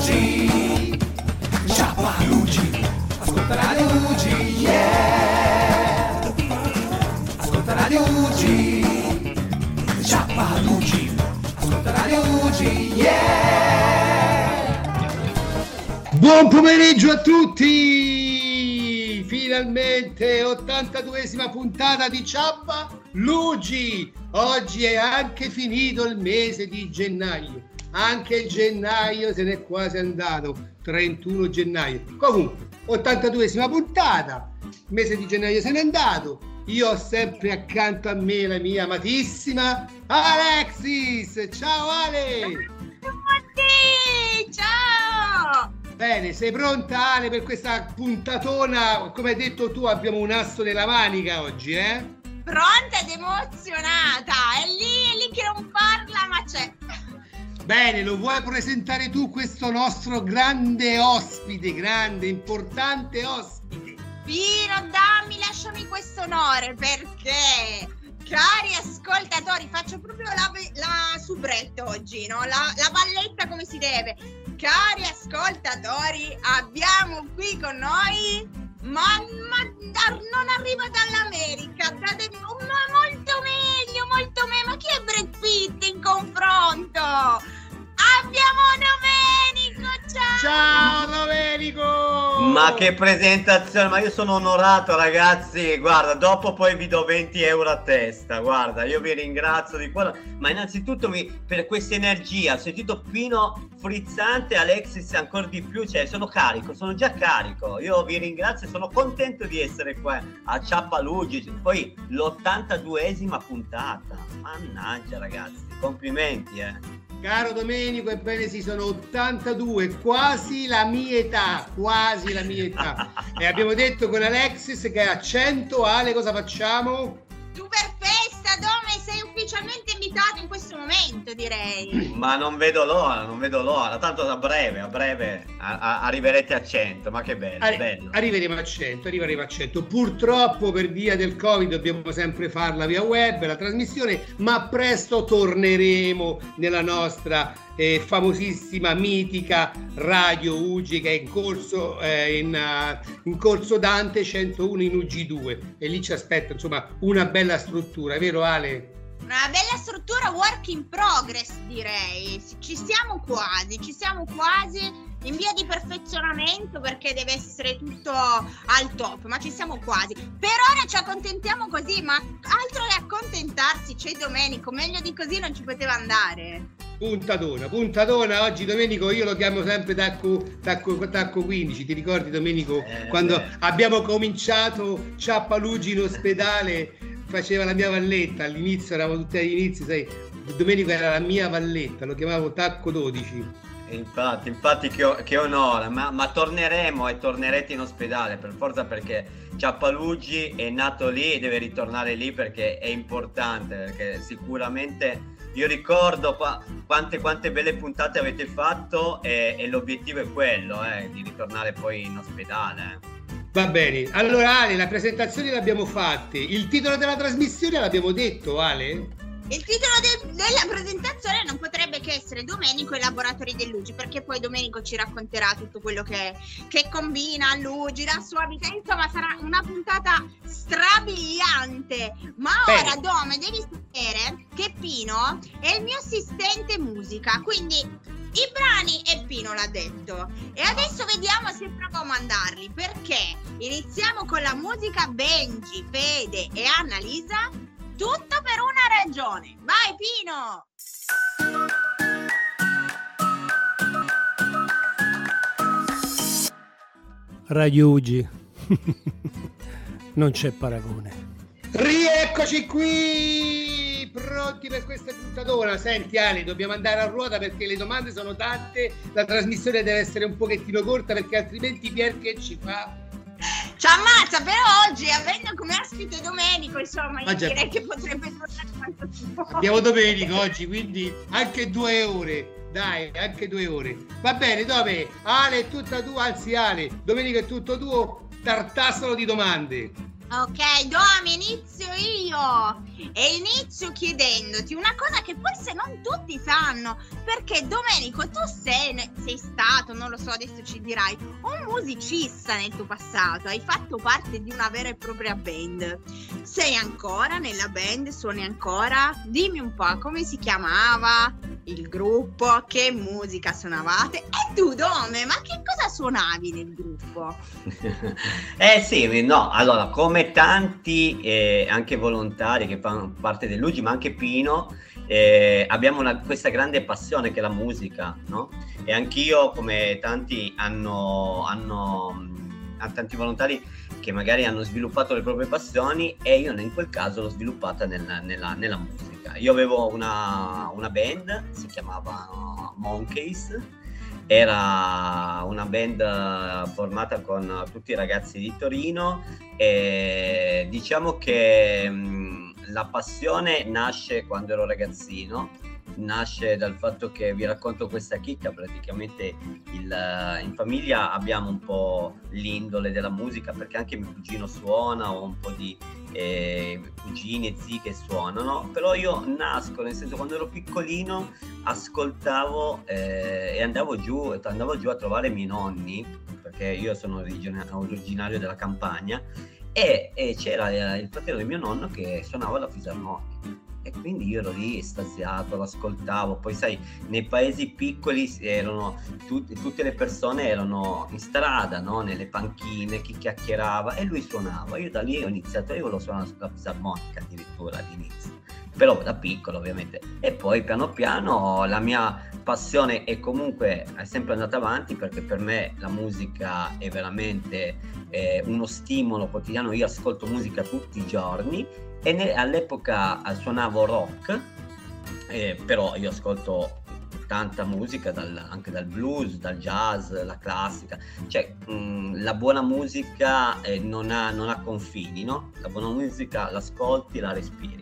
Luigi, Ciappa Luigi, ascolta Radio Luigi, yeah. Ascolta Radio Luigi, Ciappa Luigi, ascolta Radio Luigi, yeah. Buon pomeriggio a tutti! Finalmente 82esima puntata di Ciappa Luigi. Oggi è anche finito il mese di gennaio. Anche il gennaio se n'è quasi andato, 31 gennaio. Comunque, 82esima puntata, il mese di gennaio se n'è andato. Io ho sempre accanto a me la mia amatissima Alexis. Ciao Ale! Ciao! Bene, sei pronta Ale per questa puntatona? Come hai detto tu, abbiamo un asso nella manica oggi, eh? Pronta ed emozionata! È lì che non parla, ma c'è. Bene, lo vuoi presentare tu questo nostro grande ospite, grande, importante ospite? Pino, lasciami questo onore, perché, cari ascoltatori, faccio proprio la soubrette oggi, no? La balletta come si deve. Cari ascoltatori, abbiamo qui con noi, ma non arriva dall'America, datemi molto meglio, ma chi è Brad Pitt in confronto? Abbiamo Domenico, ciao! Ciao Domenico! Ma che presentazione, ma io sono onorato ragazzi, guarda, dopo poi vi do 20 euro a testa, guarda, io vi ringrazio di quello, ma innanzitutto per questa energia, ho sentito Pino frizzante, Alexis ancora di più, cioè sono carico, sono già carico, io vi ringrazio e sono contento di essere qua a Ciappa Luigi, poi l'82esima puntata, mannaggia ragazzi, complimenti Caro Domenico, ebbene sì, sono 82, quasi la mia età. E abbiamo detto con Alexis che a 100, Ale, cosa facciamo? Super festa, Dome, sei ufficialmente invitato in questo momento, direi. Ma non vedo l'ora, tanto a breve arriverete a 100, ma che bello, bello. Arriveremo a 100. Purtroppo per via del Covid dobbiamo sempre farla via web, la trasmissione, ma presto torneremo nella nostra famosissima, mitica Radio UG che è in corso in corso Dante 101 in UG2 e lì ci aspetta insomma una bella struttura, vero Ale? Una bella struttura work in progress, direi. Ci siamo quasi in via di perfezionamento perché deve essere tutto al top, ma ci siamo quasi. Per ora ci accontentiamo così, ma altro che accontentarsi, c'è Domenico, meglio di così non ci poteva andare. Puntatona, oggi Domenico io lo chiamo sempre Tacco 15, ti ricordi Domenico quando abbiamo cominciato Ciappa Luigi in ospedale, faceva la mia valletta, all'inizio eravamo tutti agli inizi, sai, Domenico era la mia valletta, lo chiamavo Tacco 12. Infatti che onore, ma torneremo e tornerete in ospedale per forza perché Ciappa Luigi è nato lì e deve ritornare lì perché è importante, perché sicuramente io ricordo quante belle puntate avete fatto e l'obiettivo è quello, di ritornare poi in ospedale. Va bene, allora Ale, la presentazione l'abbiamo fatta, il titolo della trasmissione l'abbiamo detto Ale? Il titolo della presentazione non potrebbe che essere Domenico e i laboratori del Luigi, perché poi Domenico ci racconterà tutto quello che combina Luigi, la sua vita, insomma sarà una puntata strabiliante. Ma bene. Ora Dome, devi sapere che Pino è il mio assistente musica, quindi i brani e Pino l'ha detto. E adesso vediamo se provo a mandarli, perché iniziamo con la musica Benji, Fede e Annalisa. Tutto per una ragione. Vai Pino! Radio UG. Non c'è paragone. Rieccoci qui, pronti per questa puntatona. Senti Ale, dobbiamo andare a ruota perché le domande sono tante, la trasmissione deve essere un pochettino corta perché altrimenti Pier che ci fa? Ci ammazza, però oggi avendo come ospite Domenico, insomma, io direi che potrebbe tornare quanto si può. Abbiamo Domenico oggi, quindi anche 2 ore, dai, anche 2 ore. Va bene, dove? Ale è tutta tua, anzi Ale, Domenico è tutto tuo, tartassolo di domande. Ok, Domi, inizio io e inizio chiedendoti una cosa che forse non tutti sanno, perché Domenico tu sei stato, non lo so, adesso ci dirai, un musicista nel tuo passato, hai fatto parte di una vera e propria band. Sei ancora nella band? Suoni ancora? Dimmi un po' come si chiamava il gruppo, che musica suonavate e tu Dome, ma che cosa suonavi nel gruppo? Sì, no, allora come tanti anche volontari che fanno parte dell'UGI, ma anche Pino, abbiamo questa grande passione che è la musica, no? E anch'io, come tanti tanti volontari che magari hanno sviluppato le proprie passioni, e io in quel caso l'ho sviluppata nella musica. Io avevo una band, si chiamava Monkeys, era una band formata con tutti i ragazzi di Torino, e diciamo che la passione nasce quando ero ragazzino, nasce dal fatto che vi racconto questa chicca. Praticamente in famiglia abbiamo un po' l'indole della musica, perché anche mio cugino suona, ho un po' di cugini e zii che suonano, però io nasco, nel senso, quando ero piccolino ascoltavo e andavo giù a trovare i miei nonni, perché io sono originario della Campania, e c'era il fratello di mio nonno che suonava la fisarmonica, e quindi io ero lì estasiato, l'ascoltavo. Poi sai, nei paesi piccoli erano tutte le persone erano in strada, no? Nelle panchine, chi chiacchierava, e lui suonava. Io da lì ho iniziato, io volevo suonare la fisarmonica addirittura all'inizio, però da piccolo ovviamente, e poi piano piano la mia passione è sempre andata avanti, perché per me la musica è veramente uno stimolo quotidiano. Io ascolto musica tutti i giorni, e all'epoca suonavo rock, però io ascolto tanta musica, anche dal blues, dal jazz, la classica, cioè la buona musica non ha confini, no? La buona musica l'ascolti, la respiri,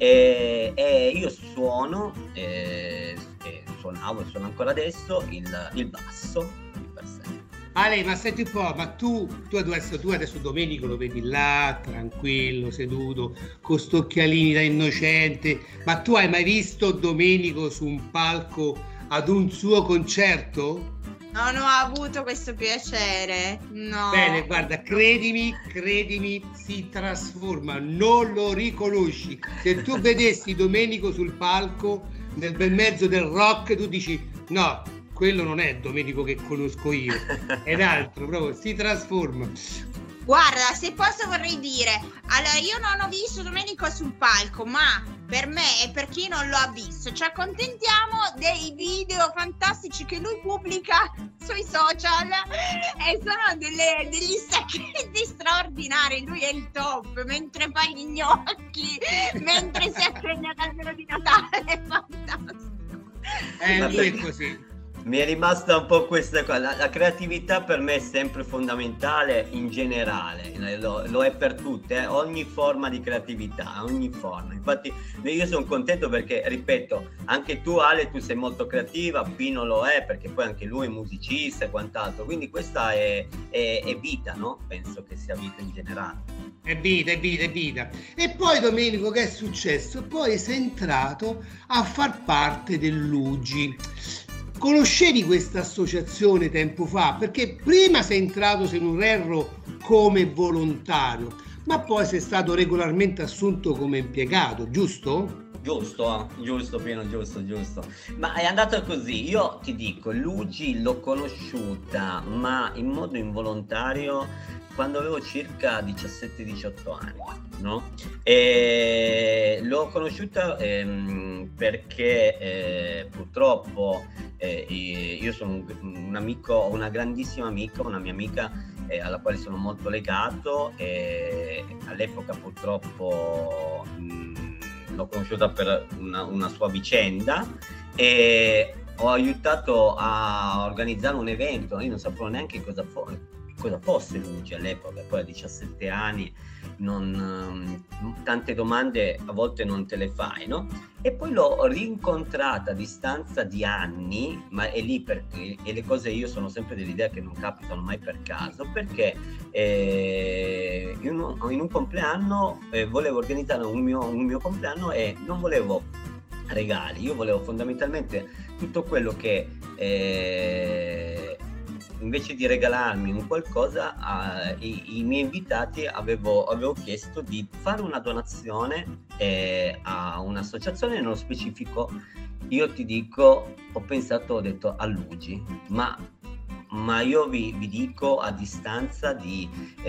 e io suonavo e suono ancora adesso il basso di per sé. Ale, ma senti un po', ma tu adesso Domenico lo vedi là, tranquillo, seduto, con sti occhialini da innocente, ma tu hai mai visto Domenico su un palco ad un suo concerto? Non ho avuto questo piacere, no. Bene, guarda, credimi, si trasforma, non lo riconosci. Se tu vedessi Domenico sul palco, nel bel mezzo del rock, tu dici, no, quello non è Domenico che conosco io, è un altro, proprio si trasforma. Guarda, se posso vorrei dire, allora io non ho visto Domenico sul palco, ma per me e per chi non lo ha visto ci accontentiamo dei video fantastici che lui pubblica sui social, e sono degli stacchetti straordinari. Lui è il top, mentre fa gli gnocchi, mentre si accende l'albero di Natale, è fantastico. Lui è così. Mi è rimasta un po' questa cosa. La creatività per me è sempre fondamentale in generale, lo è per tutte, ogni forma di creatività, ogni forma. Infatti io sono contento perché, ripeto, anche tu Ale, tu sei molto creativa, Pino lo è, perché poi anche lui è musicista e quant'altro, quindi questa è vita, no? Penso che sia vita in generale. È vita. E poi Domenico, che è successo? Poi sei entrato a far parte dell'UGI. Conoscevi questa associazione tempo fa? Perché prima sei entrato, se non erro, come volontario, ma poi sei stato regolarmente assunto come impiegato, giusto? Giusto Pino, giusto. Ma è andata così. Io ti dico, l'UGI l'ho conosciuta, ma in modo involontario, quando avevo circa 17-18 anni, no? E l'ho conosciuta perché purtroppo io sono un amico, ho una grandissima amica, una mia amica alla quale sono molto legato, e all'epoca purtroppo l'ho conosciuta per una sua vicenda, e ho aiutato a organizzare un evento. Io non sapevo neanche cosa fosse l'UGI all'epoca, poi a 17 anni tante domande a volte non te le fai, no? E poi l'ho rincontrata a distanza di anni, ma è lì perché, e le cose io sono sempre dell'idea che non capitano mai per caso, perché in un compleanno volevo organizzare un mio compleanno, e non volevo regali, io volevo fondamentalmente tutto quello che invece di regalarmi un qualcosa i miei invitati avevo chiesto di fare una donazione a un'associazione, nello specifico io ti dico, ho detto a Lugi, ma io vi dico a distanza di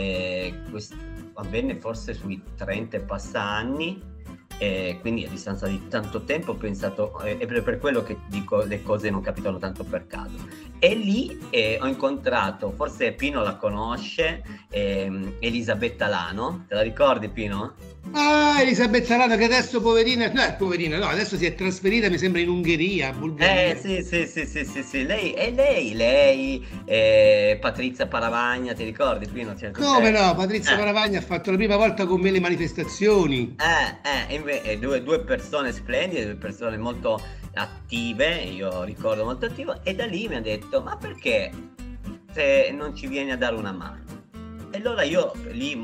avvenne forse sui 30 e passa anni, quindi a distanza di tanto tempo ho pensato, è per quello che dico le cose non capitano tanto per caso, e lì ho incontrato, forse Pino la conosce, Elisabetta Lano, te la ricordi Pino? Ah, Elisabetta Lano, che adesso poverina, no, adesso si è trasferita, mi sembra, in Ungheria, Bulgaria. Sì, lei, Patrizia Paravagna, ti ricordi Pino? Come no, Patrizia Paravagna ha fatto la prima volta con me le manifestazioni. Due persone splendide, due persone molto attive, io ricordo molto attivo, e da lì mi ha detto, ma perché se non ci vieni a dare una mano? E allora io lì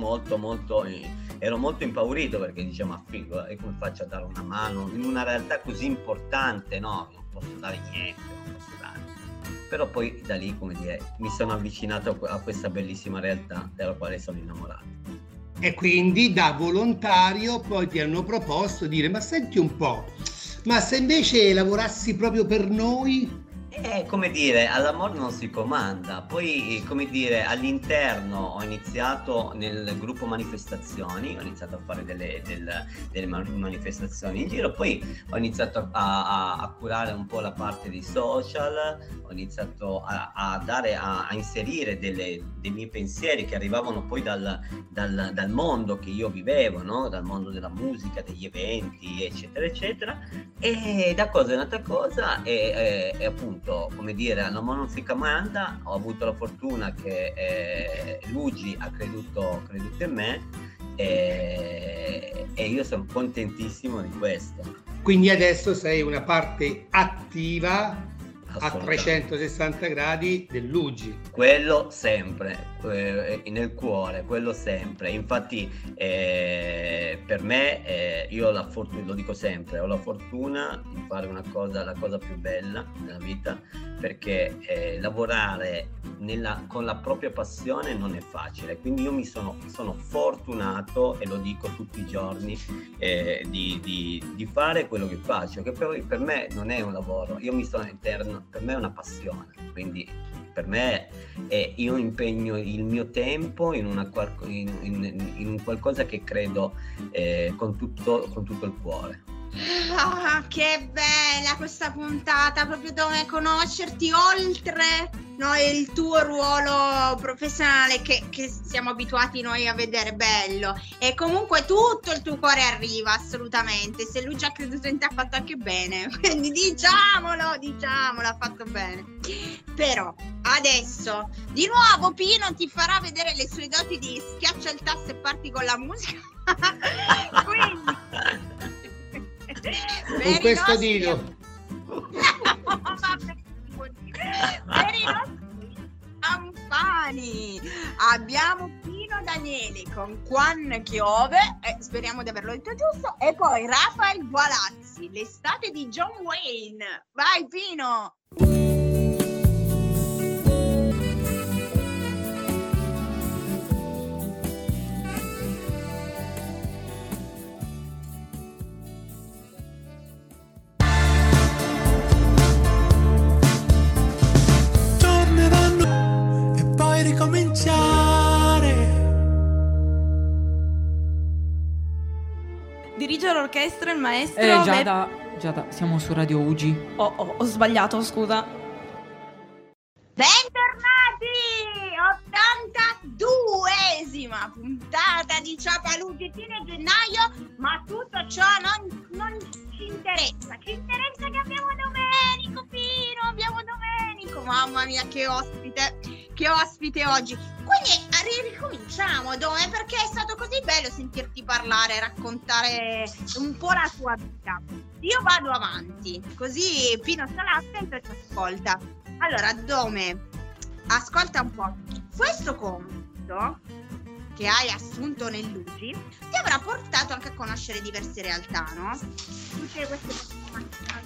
ero molto impaurito, perché dicevo, ma figo, e come faccio a dare una mano in una realtà così importante? No, non posso dare niente, non posso dare. Però poi da lì, come dire, mi sono avvicinato a questa bellissima realtà della quale sono innamorato. E quindi da volontario poi ti hanno proposto di dire, ma senti un po', ma se invece lavorassi proprio per noi? Come dire, all'amor non si comanda. Poi, come dire, all'interno ho iniziato nel gruppo manifestazioni, ho iniziato a fare delle manifestazioni in giro, poi ho iniziato a curare un po' la parte dei social, ho iniziato a inserire dei miei pensieri che arrivavano poi dal mondo che io vivevo, no? Dal mondo della musica, degli eventi, eccetera, eccetera. E da cosa è nata cosa, e appunto, come dire, all'amor non si comanda. Ho avuto la fortuna che Luigi ha creduto in me, e io sono contentissimo di questo. Quindi adesso sei una parte attiva a 360 gradi del Lugi. Quello sempre, nel cuore, quello sempre. Infatti per me, io ho la fortuna, lo dico sempre, ho la fortuna di fare la cosa più bella della vita, perché lavorare con la propria passione non è facile. Quindi io sono fortunato, e lo dico tutti i giorni, di fare quello che faccio, che poi per me non è un lavoro, io mi sono interno, per me è una passione. Quindi per me io impegno il mio tempo in un qualcosa che credo con tutto il cuore. Ah, che bella questa puntata, proprio dove conoscerti oltre, no, il tuo ruolo professionale che siamo abituati noi a vedere bello, e comunque tutto il tuo cuore arriva, assolutamente. Se lui già ha creduto in te ha fatto anche bene, quindi diciamolo, ha fatto bene. Però adesso di nuovo Pino ti farà vedere le sue doti di schiaccia il tasto e parti con la musica. Quindi con questo dito per i nostri campani abbiamo Pino Danieli con Quan Chiove, speriamo di averlo detto giusto, e poi Rafael Gualazzi, l'estate di John Wayne. Vai Pino! Dirige l'orchestra il maestro Giada, siamo su Radio Ugi. Ho sbagliato, scusa. Bentornati! 82esima puntata di Ciapalugi, fine gennaio, ma tutto ciò non ci interessa. Ci interessa che abbiamo Domenico, Pino, mamma mia, che ospite oggi. Quindi ricominciamo, Dome, perché è stato così bello sentirti parlare, raccontare un po' la tua vita. Io vado avanti, così Pino sarà attento e ci ascolta. Allora, Dome, ascolta un po'. Questo compito che hai assunto nell'UGI ti avrà portato anche a conoscere diverse realtà, no? Tutte queste persone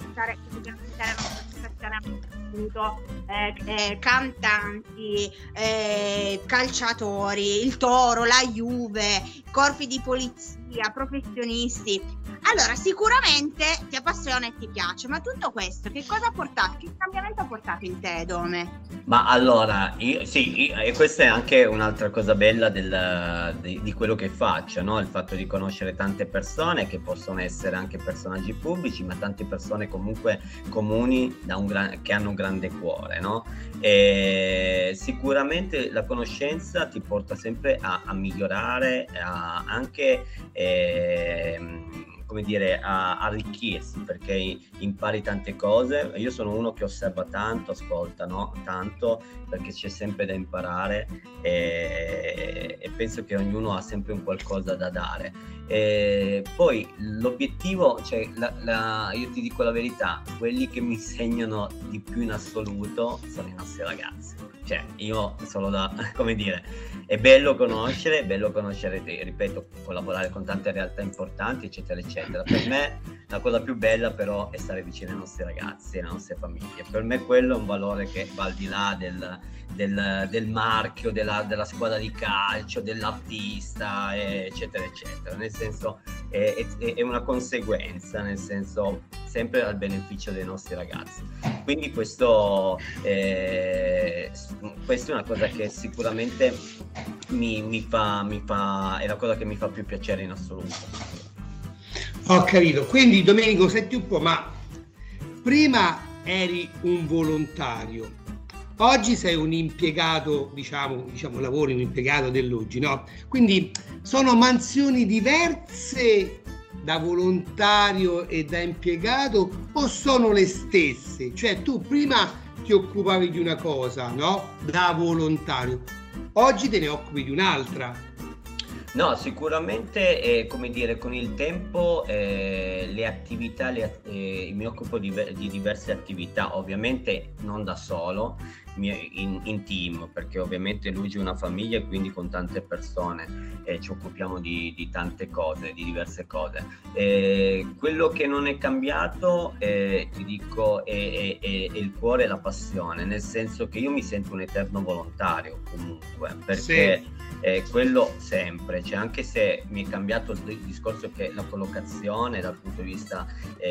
cantanti, calciatori, il Toro, la Juve, corpi di polizia, professionisti. Allora, sicuramente ti appassiona e ti piace, ma tutto questo che cosa ha portato? Che cambiamento ha portato in te, Dome? Ma allora, e questa è anche un'altra cosa bella di quello che faccio, no? Il fatto di conoscere tante persone che possono essere anche personaggi pubblici, ma tante persone comunque comuni che hanno un grande cuore, no? E sicuramente la conoscenza ti porta sempre a migliorare, anche come dire, a arricchirsi, perché impari tante cose. Io sono uno che osserva tanto, ascolta, no? Tanto, perché c'è sempre da imparare, e penso che ognuno ha sempre un qualcosa da dare. Poi l'obiettivo, cioè io ti dico la verità, quelli che mi segnano di più in assoluto sono i nostri ragazzi. Cioè, io solo come dire, è bello conoscere, ripeto, collaborare con tante realtà importanti, eccetera, eccetera. Per me la cosa più bella però è stare vicino ai nostri ragazzi e alle nostre famiglie. Per me quello è un valore che va al di là del marchio, della squadra di calcio, dell'artista, eccetera, eccetera. Nel senso, è una conseguenza, nel senso, sempre al beneficio dei nostri ragazzi. Quindi questo è una cosa che sicuramente è la cosa che mi fa più piacere in assoluto. Ho capito. Quindi Domenico, senti un po', ma prima eri un volontario, oggi sei un impiegato, diciamo lavori un impiegato dell'UGI, no? Quindi sono mansioni diverse da volontario e da impiegato, o sono le stesse? Cioè tu prima ti occupavi di una cosa, no? Da volontario, oggi te ne occupi di un'altra. No, sicuramente, come dire, con il tempo le attività, mi occupo di diverse attività, ovviamente non da solo, in team, perché ovviamente l'UGI è una famiglia e quindi con tante persone ci occupiamo di tante cose, di diverse cose. Quello che non è cambiato, ti dico, è il cuore e la passione, nel senso che io mi sento un eterno volontario comunque, perché Sì. Quello sempre, cioè, anche se mi è cambiato il discorso che la collocazione dal punto di vista,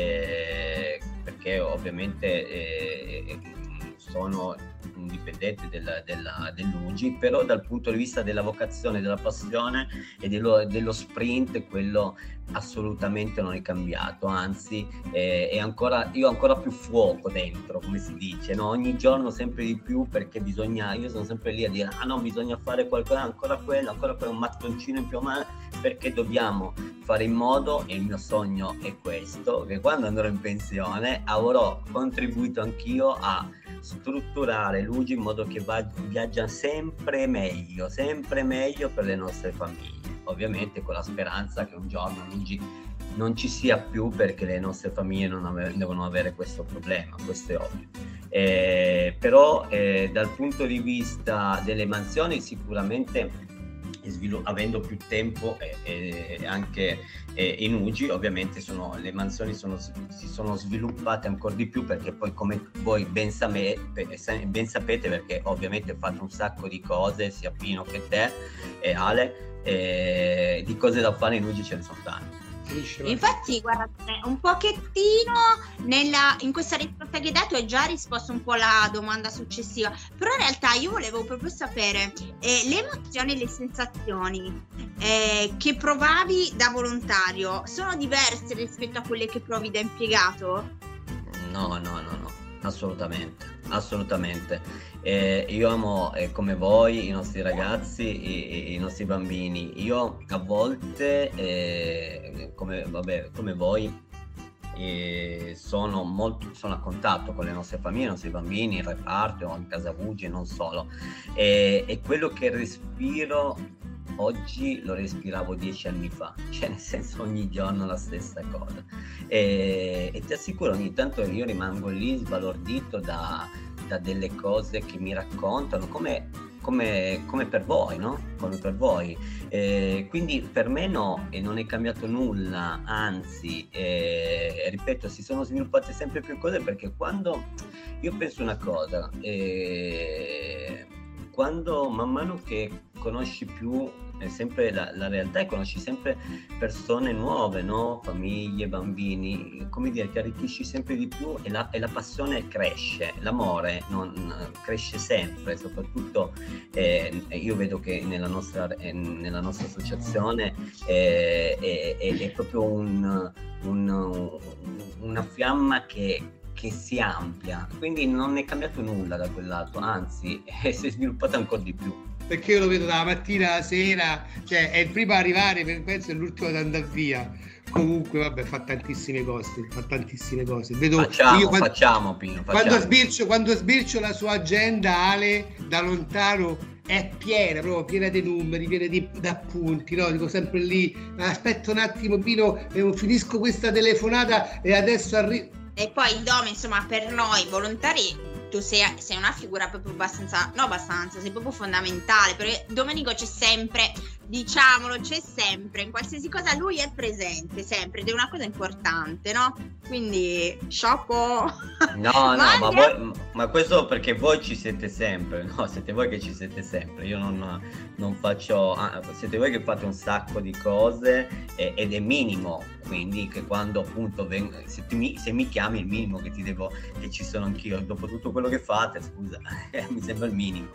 perché ovviamente sono un dipendente dell'UGI, però dal punto di vista della vocazione, della passione e dello sprint, quello assolutamente non è cambiato, anzi io ho ancora più fuoco dentro, come si dice, no? Ogni giorno sempre di più, perché io sono sempre lì a dire no, bisogna fare qualcosa, ancora quello, un mattoncino in più, perché dobbiamo fare in modo, e il mio sogno è questo, che quando andrò in pensione avrò contribuito anch'io a strutturare l'UGI in modo che viaggia sempre meglio per le nostre famiglie, ovviamente con la speranza che un giorno l'UGI non ci sia più, perché le nostre famiglie non devono avere questo problema, questo è ovvio. Però dal punto di vista delle mansioni, sicuramente avendo più tempo anche in UGI, ovviamente le mansioni si sono sviluppate ancora di più, perché poi, come voi ben sapete, perché ovviamente ho fatto un sacco di cose, sia Pino che te e Ale, di cose da fare in UGI ce ne sono tante. Infatti, guarda, un pochettino in questa risposta che hai dato hai già risposto un po' alla domanda successiva, però in realtà io volevo proprio sapere le emozioni e le sensazioni che provavi da volontario sono diverse rispetto a quelle che provi da impiegato? No, assolutamente. Io amo, come voi, i nostri ragazzi e i nostri bambini. Io a volte, come voi, sono a contatto con le nostre famiglie, i nostri bambini, in reparto o in casa UGI, e non solo. E quello che respiro oggi lo respiravo 10 anni fa, cioè nel senso ogni giorno la stessa cosa. E ti assicuro, ogni tanto io rimango lì sbalordito da delle cose che mi raccontano, come come per voi, no? Come per voi. Quindi per me no, e non è cambiato nulla, anzi, ripeto, si sono sviluppate sempre più cose, perché quando io penso una cosa, quando man mano che conosci più sempre la realtà e conosci sempre persone nuove, no? Famiglie, bambini, come dire, ti arricchisci sempre di più e la passione cresce, l'amore cresce sempre, soprattutto io vedo che nella nostra associazione è proprio una fiamma che si amplia, quindi non è cambiato nulla da quel lato, anzi si è sviluppata ancora di più. Perché io lo vedo dalla mattina alla sera, cioè è il primo a arrivare, penso è l'ultimo ad andare via. Comunque vabbè, fa tantissime cose. Vedo, Facciamo, Pino. Quando sbircio la sua agenda, Ale, da lontano è piena, proprio piena di numeri, piena di appunti, no? Dico sempre lì, aspetta un attimo Pino, finisco questa telefonata e adesso arrivo. E poi Dome, insomma, per noi volontari tu sei una figura proprio sei proprio fondamentale, perché Domenico c'è sempre, diciamolo, c'è sempre, in qualsiasi cosa lui è presente sempre, ed è una cosa importante, no? Quindi chapeau. Ma questo perché voi ci siete sempre, no? Siete voi che ci siete sempre, io non faccio, siete voi che fate un sacco di cose ed è minimo, quindi che quando appunto se mi chiami, il minimo che che ci sono anch'io, dopo tutto quello che fate, scusa, mi sembra il minimo.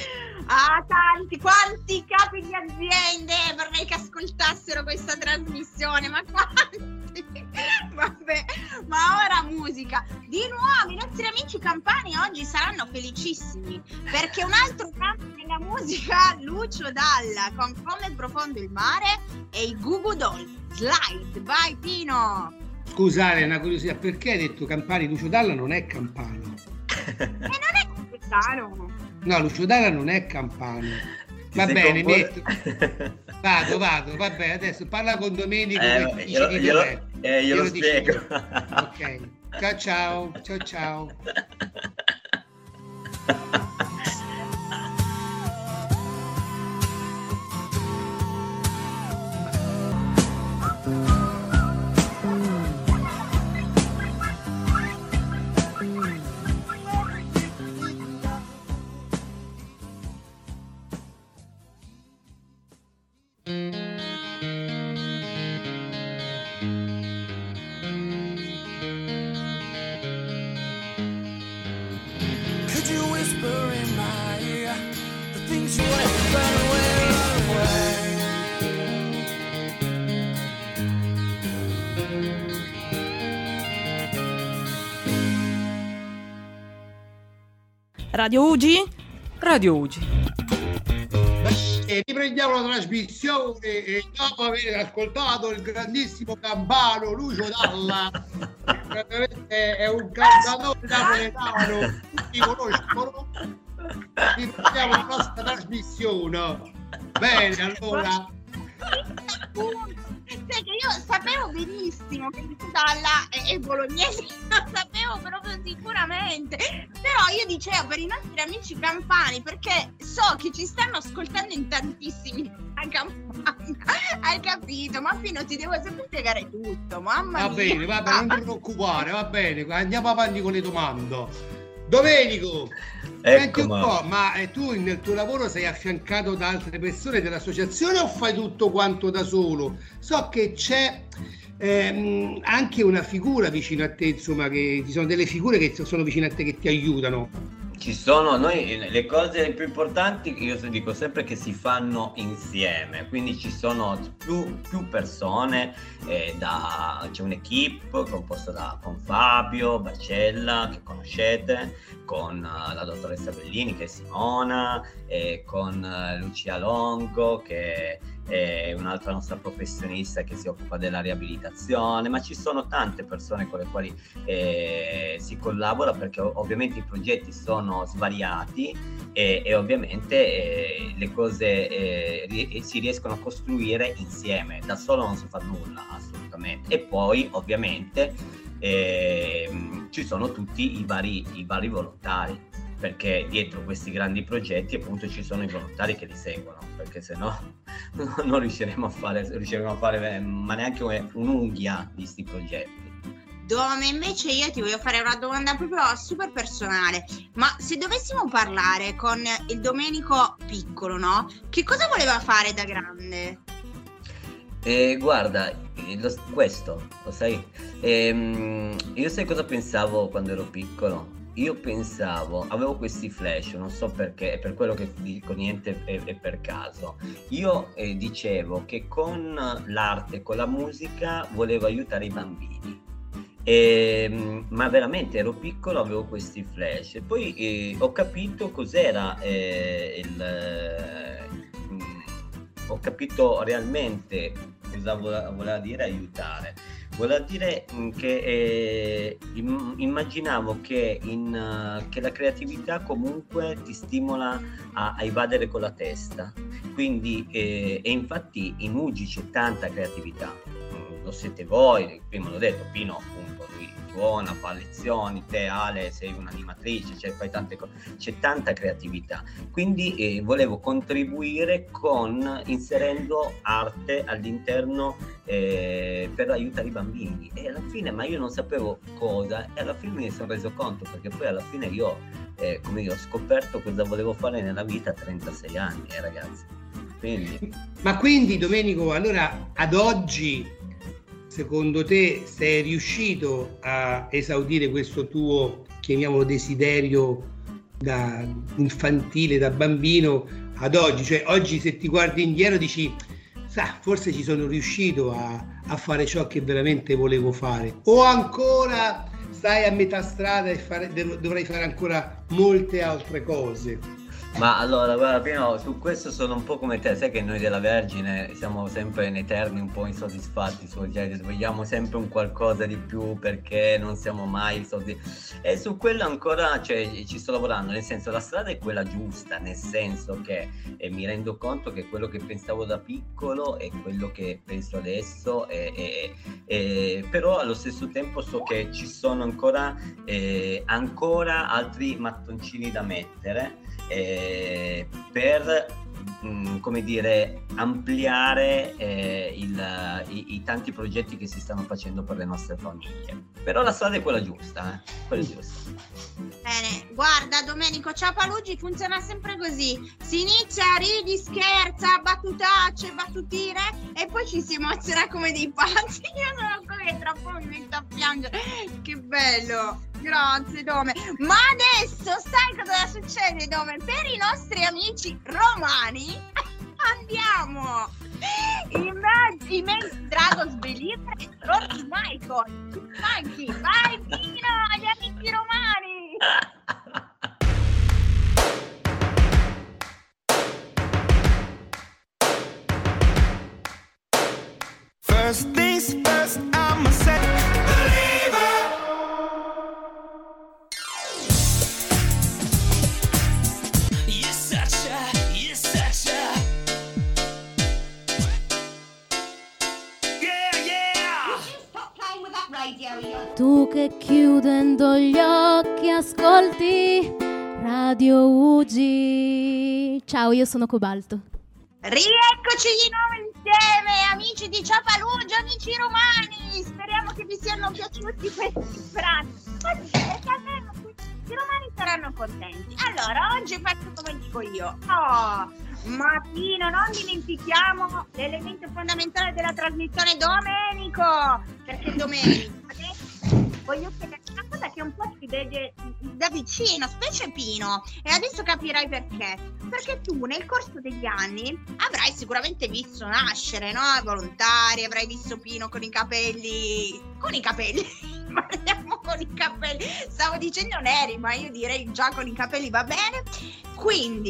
Quanti capi di aziende vorrei che ascoltassero questa trasmissione, ma quanti? Vabbè, ma ora musica. Di nuovo i nostri amici campani oggi saranno felicissimi, perché un altro canto della musica, Lucio Dalla con Come profondo il mare e i Goo Goo Dolls. Slide, vai Pino. Scusate, una curiosità, perché hai detto Campani? Lucio Dalla non è campano. E non è campano. No, Lucio Dalla non è campano. Va bene, vado, va bene, adesso parla con Domenico che glielo spiego. Ok, ciao. Radio Ugi? Radio Ugi. E riprendiamo la trasmissione e dopo aver ascoltato il grandissimo campano Lucio Dalla, è un cantatore napoletano, tutti conoscono, riprendiamo la nostra trasmissione. Bene, allora. Sai che io sapevo benissimo che Lucio Dalla è bolognese, lo sapevo proprio sicuramente, però io dicevo per i nostri amici campani, perché so che ci stanno ascoltando in tantissimi a Campania, hai capito? Ma Pino, ti devo sempre spiegare tutto, mamma va mia. Bene, non ti preoccupare, va bene, andiamo avanti con le domande. Domenico, senti un po', ma tu nel tuo lavoro sei affiancato da altre persone dell'associazione o fai tutto quanto da solo? So che c'è anche una figura vicino a te, insomma, che ci sono delle figure che sono vicine a te che ti aiutano. Ci sono, le cose più importanti, io dico sempre che si fanno insieme, quindi ci sono più persone, c'è un'equipe composta con Fabio Barcella, che conoscete, con la dottoressa Bellini, che è Simona, con Lucia Longo, che è un'altra nostra professionista che si occupa della riabilitazione, ma ci sono tante persone con le quali si collabora, perché ovviamente i progetti sono svariati e ovviamente le cose si riescono a costruire insieme, da solo non si fa nulla assolutamente. E poi ovviamente ci sono tutti i vari volontari. perché dietro questi grandi progetti appunto ci sono i volontari che li seguono, perché se no non riusciremo a fare ma neanche un'unghia di sti progetti. Dome, invece io ti voglio fare una domanda proprio super personale, ma se dovessimo parlare con il Domenico piccolo, no? Che cosa voleva fare da grande? Guarda, questo, lo sai, io sai cosa pensavo quando ero piccolo? Io pensavo, avevo questi flash, non so perché, è per quello che dico niente è per caso. Io dicevo che con l'arte, con la musica, volevo aiutare i bambini. Ma veramente ero piccolo, avevo questi flash e poi ho capito cos'era ho capito realmente cosa voleva dire aiutare. Voleva dire che immaginavo che la creatività comunque ti stimola a evadere con la testa, quindi e infatti in Ugi c'è tanta creatività. Lo siete voi, prima l'ho detto, Pino appunto, lui suona, fa lezioni, te Ale sei un'animatrice, cioè fai tante cose, c'è tanta creatività, quindi volevo contribuire inserendo arte all'interno per aiutare i bambini, e alla fine, ma io non sapevo cosa, e alla fine me ne sono reso conto, perché poi alla fine io ho scoperto cosa volevo fare nella vita a 36 anni, ragazzi. Ma quindi Domenico, allora ad oggi secondo te sei riuscito a esaudire questo tuo, chiamiamolo, desiderio da infantile, da bambino ad oggi? Cioè oggi se ti guardi indietro dici, forse ci sono riuscito a fare ciò che veramente volevo fare, o ancora stai a metà strada e dovrai fare ancora molte altre cose? Ma allora, guarda Pino, su questo sono un po' come te, sai che noi della Vergine siamo sempre in eterni un po' insoddisfatti, cioè vogliamo sempre un qualcosa di più perché non siamo mai soddisfatti, e su quello ancora ci sto lavorando, nel senso la strada è quella giusta, nel senso che mi rendo conto che quello che pensavo da piccolo è quello che penso adesso, però allo stesso tempo so che ci sono ancora altri mattoncini da mettere per come dire, ampliare i tanti progetti che si stanno facendo per le nostre famiglie. Però la strada è quella giusta, quella giusta. Bene, guarda Domenico, Ciapalugi funziona sempre così: si inizia, ridi, scherza, battutacce, battutine, e poi ci si emoziona come dei pazzi. Io sono quello che tra poco mi metto a piangere. Che bello, grazie Dome. Ma adesso sai cosa succede, Dome? Per i nostri amici romani andiamo i Maze Dragons Believer e Lord Michael. Vai Pino, agli amici romani. First things first, I'ma say believer. You're such a yeah. Stop playing with that radio. Tu che chiudendo gli occhi ascolti Radio Ugi. Ciao, io sono Cobalto. Rieccoci di nuovo insieme, amici di Ciapalugi, amici romani. Speriamo che vi siano piaciuti questi brani, perché almeno i romani saranno contenti. Allora, oggi faccio come dico io. Mattino, non dimentichiamo l'elemento fondamentale della trasmissione, Domenico, perché Domenico adesso voglio chiederti una cosa che un po' ci vede da vicino, specie Pino, e adesso capirai perché. Perché tu nel corso degli anni avrai sicuramente visto nascere, no? I volontari, avrai visto Pino con i capelli, parliamo con i capelli, stavo dicendo neri, ma io direi già con i capelli va bene. Quindi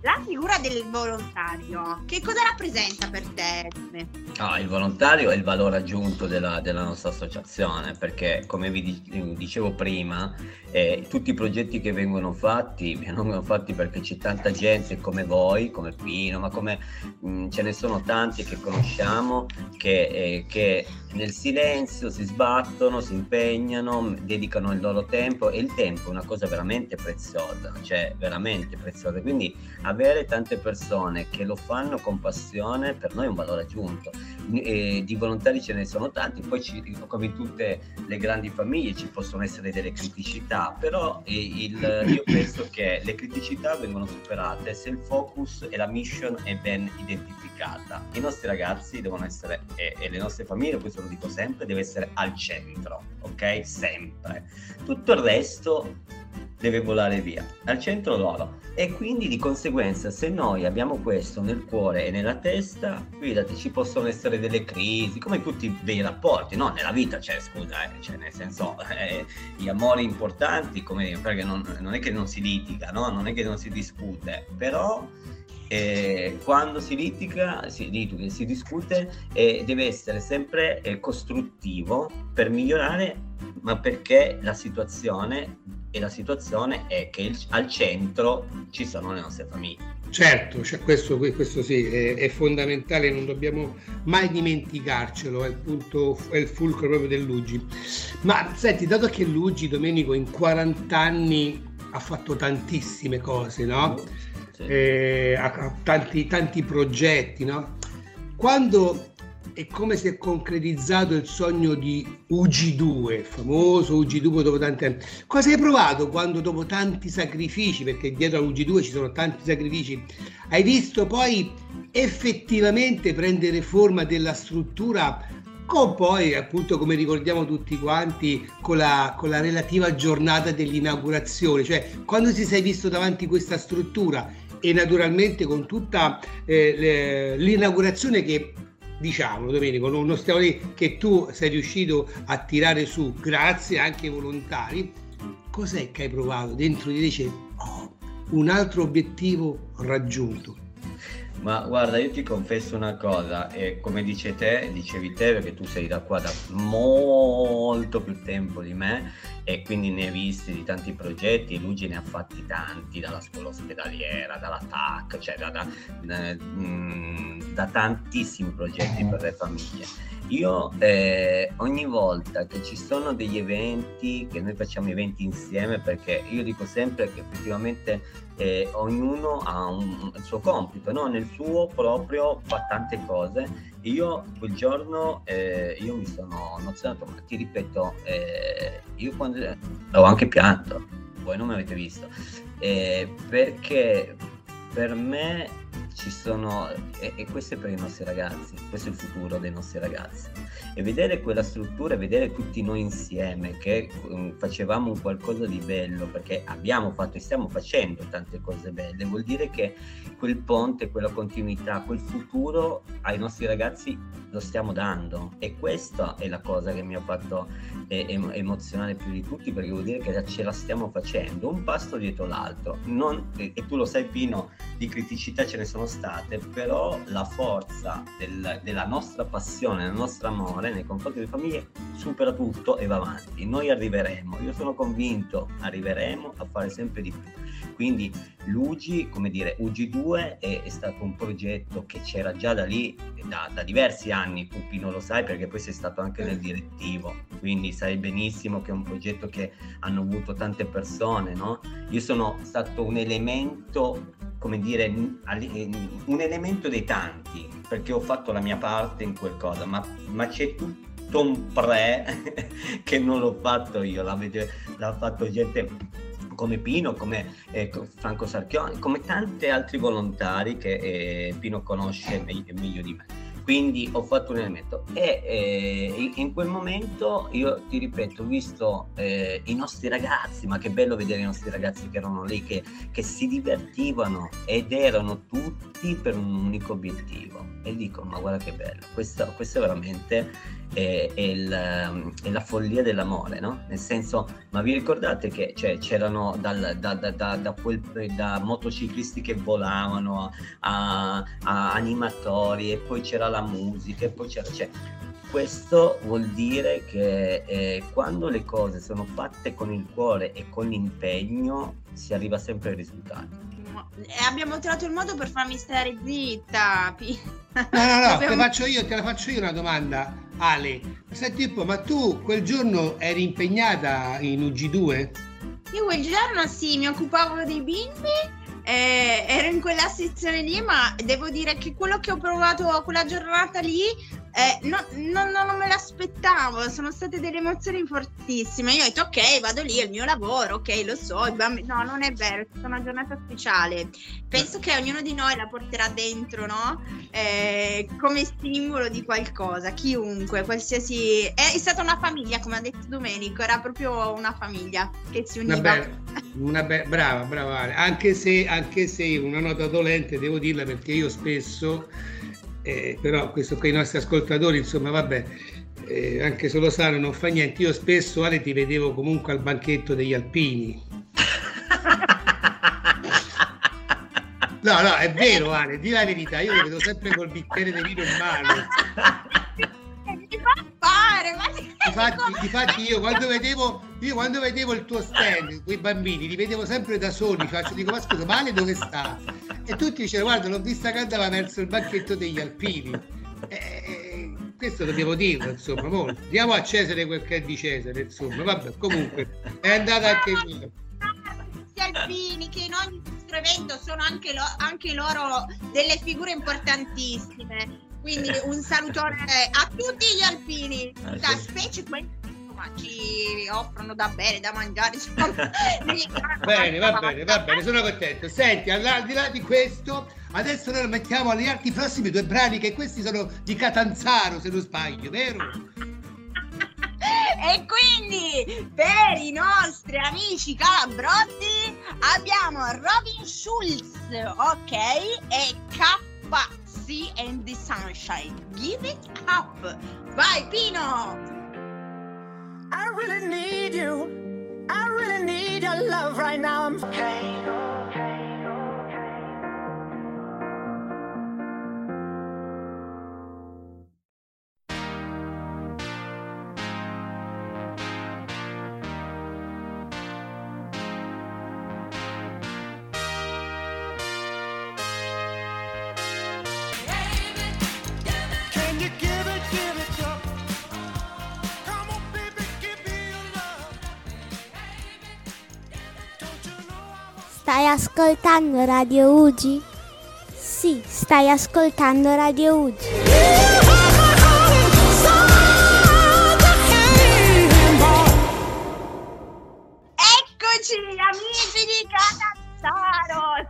la figura del volontario, che cosa rappresenta per te? Il volontario è il valore aggiunto della nostra associazione, perché come vi dicevo prima, tutti i progetti che vengono fatti perché c'è tanta gente come voi, come Pino, ma come ce ne sono tanti che conosciamo che nel silenzio si sbattono, si impegnano, dedicano il loro tempo, e il tempo è una cosa veramente preziosa, cioè veramente preziosa, quindi avere tante persone che lo fanno con passione per noi è un valore aggiunto. Di volontari ce ne sono tanti, poi come in tutte le grandi famiglie ci possono essere delle criticità, però io penso che le criticità vengono superate se il focus e la mission è ben identificata. I nostri ragazzi devono essere, e le nostre famiglie, questo lo dico sempre, deve essere al centro, ok? Sempre. Tutto il resto deve volare via, al centro loro, e quindi di conseguenza se noi abbiamo questo nel cuore e nella testa, fidati, ci possono essere delle crisi come tutti dei rapporti, no? Nella vita cioè nel senso gli amori importanti, come dire, perché non è che non si litiga, no? Non è che non si discute, però quando si litiga, si discute, deve essere sempre costruttivo per migliorare, ma perché la situazione è che al centro ci sono le nostre famiglie. Certo, cioè questo sì, è fondamentale, non dobbiamo mai dimenticarcelo, è il fulcro proprio dell'UGI. Ma senti, dato che l'UGI, Domenico, in 40 anni ha fatto tantissime cose, no? Sì. Ha tanti progetti, no? Quando e come si è concretizzato il sogno di UG2, il famoso UG2 dopo tanti anni? Cosa hai provato quando dopo tanti sacrifici, perché dietro a UG2 ci sono tanti sacrifici, hai visto poi effettivamente prendere forma della struttura, con poi appunto, come ricordiamo tutti quanti, con la relativa giornata dell'inaugurazione, cioè quando ti sei visto davanti a questa struttura e naturalmente con tutta l'inaugurazione che, diciamo, Domenico, non stiamo lì, che tu sei riuscito a tirare su grazie anche ai volontari, cos'è che hai provato dentro di te? Dice, un altro obiettivo raggiunto. Ma guarda, io ti confesso una cosa, e come dicevi te, perché tu sei da qua da molto più tempo di me e quindi ne hai visti di tanti progetti. Luigi ne ha fatti tanti, dalla scuola ospedaliera, dalla TAC, cioè da tantissimi progetti per le famiglie. Io ogni volta che ci sono degli eventi, che noi facciamo eventi insieme, perché io dico sempre che effettivamente ognuno ha il suo compito, no? Nel suo proprio fa tante cose. Io quel giorno io mi sono emozionato, ma ti ripeto, io quando ho anche pianto, voi non mi avete visto, perché per me ci sono, e questo è per i nostri ragazzi, questo è il futuro dei nostri ragazzi, e vedere quella struttura, vedere tutti noi insieme che facevamo un qualcosa di bello, perché abbiamo fatto e stiamo facendo tante cose belle, vuol dire che quel ponte, quella continuità, quel futuro ai nostri ragazzi lo stiamo dando, e questa è la cosa che mi ha fatto emozionare più di tutti, perché vuol dire che ce la stiamo facendo, un passo dietro l'altro. E tu lo sai, Pino, di criticità ce ne sono state, però la forza della nostra passione, del nostro amore nei confronti delle famiglie supera tutto e va avanti. Noi arriveremo, io sono convinto, arriveremo a fare sempre di più. Quindi l'UGI, come dire, UG2 è stato un progetto che c'era già da lì, da diversi anni. Tu, Pino, lo sai perché poi sei stato anche nel direttivo, quindi sai benissimo che è un progetto che hanno avuto tante persone, no? Io sono stato un elemento, come dire, un elemento dei tanti, perché ho fatto la mia parte in quel cosa, ma c'è tutto un che non l'ho fatto io, l'ha fatto gente come Pino, come Franco Sarchioni, come tanti altri volontari che Pino conosce meglio di me. quindi ho fatto un elemento e in quel momento io ti ripeto, ho visto i nostri ragazzi, ma che bello vedere i nostri ragazzi che erano lì, che si divertivano ed erano tutti per un unico obiettivo, e dico ma guarda che bello, questo veramente è la follia dell'amore, no? Nel senso, ma vi ricordate che c'erano da motociclisti che volavano a animatori, e poi c'era la musica, e poi questo vuol dire che quando le cose sono fatte con il cuore e con l'impegno si arriva sempre ai risultati. Abbiamo trovato il modo per farmi stare zitta. No, te la faccio io una domanda, Ale. Senti un po', ma tu quel giorno eri impegnata in UG2? Io quel giorno sì, mi occupavo dei bimbi, ero in quella sezione lì, ma devo dire che quello che ho provato quella giornata lì non me l'aspettavo, sono state delle emozioni fortissime. Io ho detto ok, vado lì, è il mio lavoro, ok, lo so, no, non è vero, è stata una giornata speciale. Penso che ognuno di noi la porterà dentro, no? Come simbolo di qualcosa, chiunque, qualsiasi. È stata una famiglia, come ha detto Domenico, era proprio una famiglia che si univa. Brava Ale. Anche se una nota dolente, devo dirla, perché io spesso però questo per i nostri ascoltatori, insomma, vabbè, anche se lo sanno non fa niente, io spesso, Ale, ti vedevo comunque al banchetto degli alpini. No, è vero, Ale, di la verità, io ti vedo sempre col bicchiere di vino in mano. Mi fa fare, ma difatti io quando vedevo il tuo stand, quei bambini, li vedevo sempre da soli, dico ma scusa, ma Ale dove sta? E tutti dicevano guarda, l'ho vista che andava verso il banchetto degli alpini. Questo dobbiamo dirlo, insomma, molto. Diamo a Cesare quel che è di Cesare, insomma, vabbè, comunque è andata anche via. Gli alpini, che in ogni nostro evento sono anche loro delle figure importantissime, quindi un salutone a tutti gli alpini, da specie quelli ci offrono da bere, da mangiare, insomma. Bene, va bene, sono contento. Senti, al di là di questo, adesso noi mettiamo agli altri prossimi due brani, che questi sono di Catanzaro, se non sbaglio, vero? E quindi per i nostri amici calabrotti abbiamo Robin Schulz, ok, e KC and the Sunshine, Give It Up. Vai Pino! I really need you. I really need your love right now. I'm Stai ascoltando Radio Ugi? Sì, stai ascoltando Radio Ugi. Eccoci amici di Catanzaro!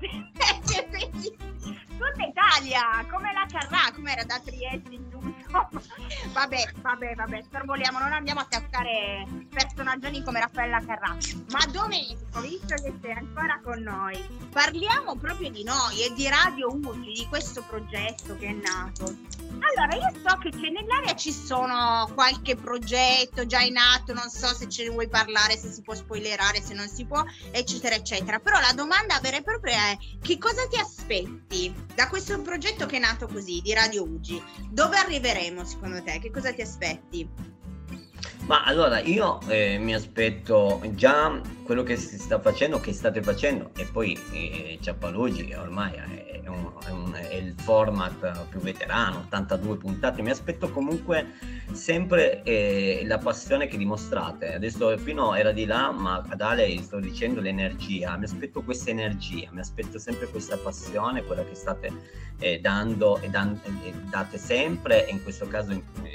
Tutta Italia, come la Carrà, come era da Trieste in giù. Vabbè, sorvoliamo, non andiamo a attaccare personaggi come Raffaella Carrà. Ma Domenico, visto che sei ancora con noi, parliamo proprio di noi e di Radio Ugi, di questo progetto che è nato. Allora, io so che nell'area ci sono qualche progetto già in atto, non so se ce ne vuoi parlare, se si può spoilerare, se non si può, eccetera, eccetera. Però la domanda vera e propria è: che cosa ti aspetti da questo progetto che è nato così, di Radio Ugi? Dove arriveremo secondo te? Che cosa ti aspetti? Ma allora io mi aspetto già quello che si sta facendo, che state facendo, e poi Ciappalugi ormai è il format più veterano, 82 puntate. Mi aspetto comunque sempre la passione che dimostrate. Adesso Pino era di là, ma ad Ale sto dicendo l'energia. Mi aspetto questa energia, mi aspetto sempre questa passione, quella che state dando e date sempre, e in questo caso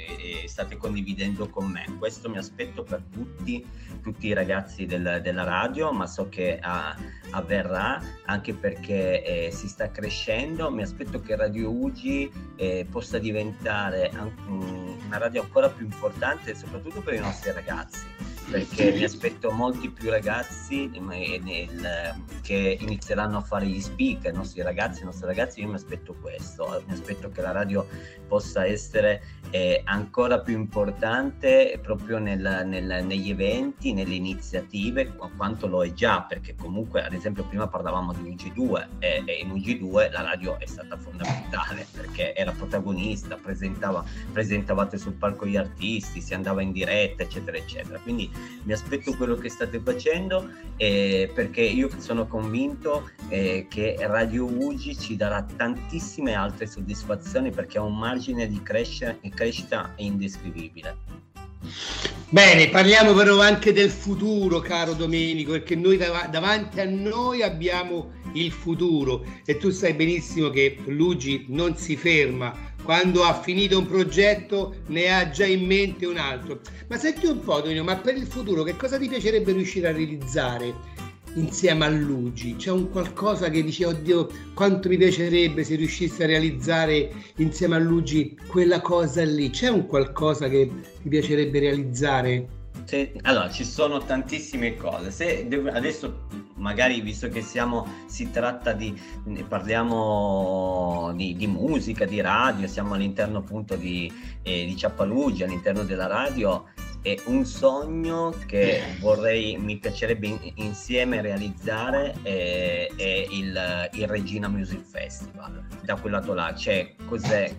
state condividendo con me. Questo mi aspetto per tutti i ragazzi della radio, ma so che avverrà, anche perché si sta crescendo. Mi aspetto che Radio Ugi possa diventare una radio ancora più importante, soprattutto per i nostri ragazzi, perché mi aspetto molti più ragazzi che inizieranno a fare gli speaker, i nostri ragazzi. Io mi aspetto questo, mi aspetto che la radio possa essere ancora più importante proprio negli eventi, nelle iniziative, quanto lo è già, perché comunque, ad esempio, prima parlavamo di UG2 e in UG2 la radio è stata fondamentale, perché era protagonista, presentavate sul palco gli artisti, si andava in diretta, eccetera eccetera. Quindi mi aspetto quello che state facendo, perché io sono convinto che Radio Ugi ci darà tantissime altre soddisfazioni, perché ha un margine di crescita indescrivibile. Bene, parliamo però anche del futuro, caro Domenico, perché noi davanti a noi abbiamo il futuro, e tu sai benissimo che l'Ugi non si ferma. Quando ha finito un progetto ne ha già in mente un altro. Ma senti un po', Domenico, ma per il futuro che cosa ti piacerebbe riuscire a realizzare insieme all'Ugi? C'è un qualcosa che dici, oddio, quanto mi piacerebbe se riuscissi a realizzare insieme all'Ugi quella cosa lì? C'è un qualcosa che ti piacerebbe realizzare? Allora, ci sono tantissime cose. Adesso magari, visto che si tratta parliamo di musica, di radio, siamo all'interno appunto di Ciappalugi, all'interno della radio, è un sogno che mi piacerebbe insieme realizzare, è il Regina Music Festival. Da quel lato là, cioè cos'è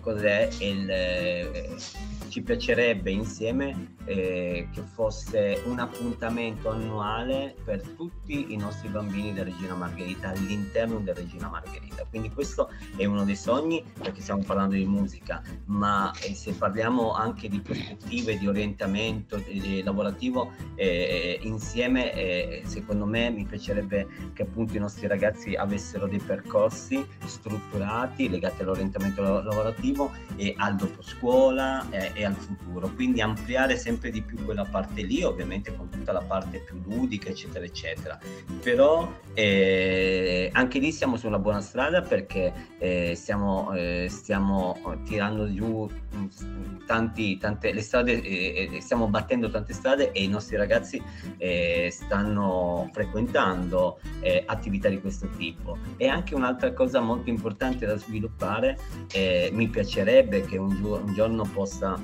ci piacerebbe insieme che fosse un appuntamento annuale per tutti i nostri bambini del Regina Margherita, all'interno del Regina Margherita. Quindi questo è uno dei sogni, perché stiamo parlando di musica, ma se parliamo anche di prospettive, di orientamento lavorativo, insieme, secondo me mi piacerebbe che appunto i nostri ragazzi avessero dei percorsi strutturati legati all'orientamento lavorativo e al dopo scuola e al futuro, quindi ampliare sempre di più quella parte lì, ovviamente con tutta la parte più ludica, eccetera eccetera. Però anche lì siamo su una buona strada, perché stiamo tirando giù tante le strade, stiamo battendo tante strade, e i nostri ragazzi stanno frequentando attività di questo tipo. E anche un'altra cosa molto importante da sviluppare, mi piacerebbe che un giorno possa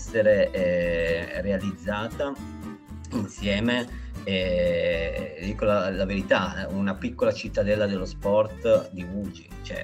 essere realizzata insieme, dico la verità, una piccola cittadella dello sport di Ugi. Cioè,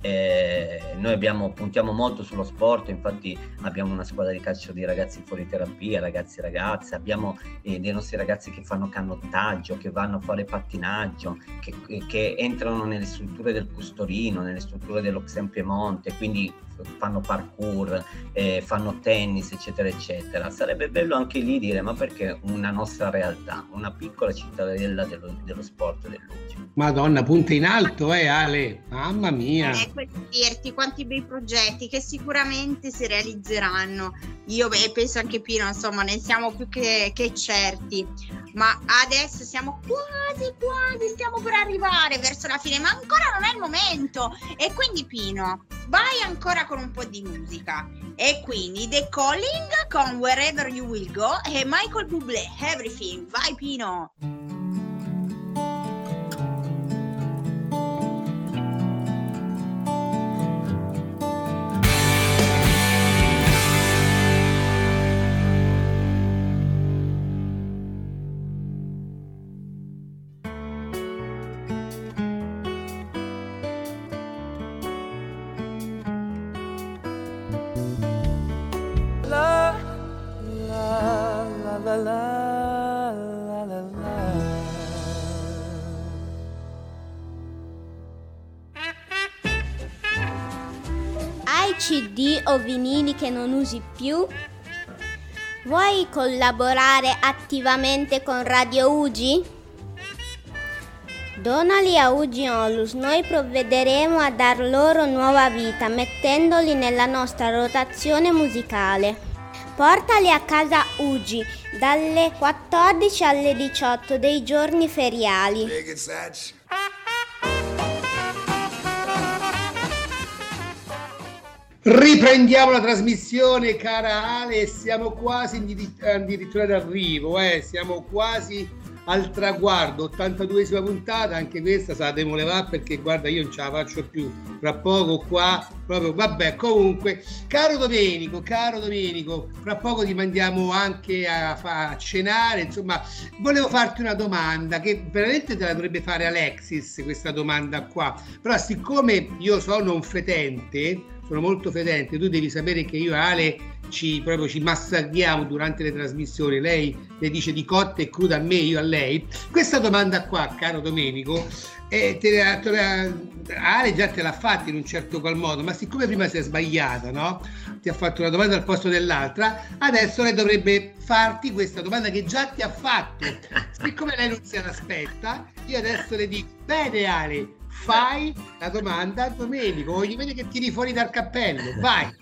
noi puntiamo molto sullo sport, infatti abbiamo una squadra di calcio di ragazzi fuori terapia, ragazzi e ragazze, abbiamo dei nostri ragazzi che fanno canottaggio, che vanno a fare pattinaggio, che entrano nelle strutture del Custorino, nelle strutture dell'Oxen Piemonte, quindi fanno parkour, fanno tennis, eccetera eccetera. Sarebbe bello anche lì dire, ma perché una nostra realtà, una piccola cittadella dello sport dell'Ugi. Madonna, punta in alto, Ale, mamma mia. Per dirti quanti bei progetti che sicuramente si realizzeranno. Io penso anche Pino, insomma, ne siamo più che certi, ma adesso siamo quasi, stiamo per arrivare verso la fine, ma ancora non è il momento. E quindi, Pino, vai ancora con un po' di musica, e quindi The Calling con Wherever You Will Go e Michael Bublé, Everything. Vai, Pino. Hai CD o vinili che non usi più? Vuoi collaborare attivamente con Radio Ugi? Donali a Ugi Onlus, noi provvederemo a dar loro nuova vita mettendoli nella nostra rotazione musicale. Portali a casa Ugi dalle 14 alle 18 dei giorni feriali. Riprendiamo la trasmissione, cara Ale, siamo quasi addirittura d'arrivo, siamo quasi al traguardo, 82esima puntata, anche questa se la devo levare perché guarda io non ce la faccio più, tra poco qua, proprio vabbè. Comunque, caro Domenico, fra poco ti mandiamo anche a cenare, insomma, volevo farti una domanda che veramente te la dovrebbe fare Alexis, questa domanda qua, però siccome io sono molto fedente, tu devi sapere che io e Ale ci massacriamo durante le trasmissioni, lei le dice di cotta e cruda a me, io a lei. Questa domanda qua, caro Domenico, Ale già te l'ha fatta in un certo qual modo, ma siccome prima si è sbagliata, no? Ti ha fatto una domanda al posto dell'altra, adesso lei dovrebbe farti questa domanda che già ti ha fatto. Siccome lei non se l'aspetta, io adesso le dico: bene Ale, fai la domanda a Domenico, voglio vedere che tiri fuori dal cappello, vai.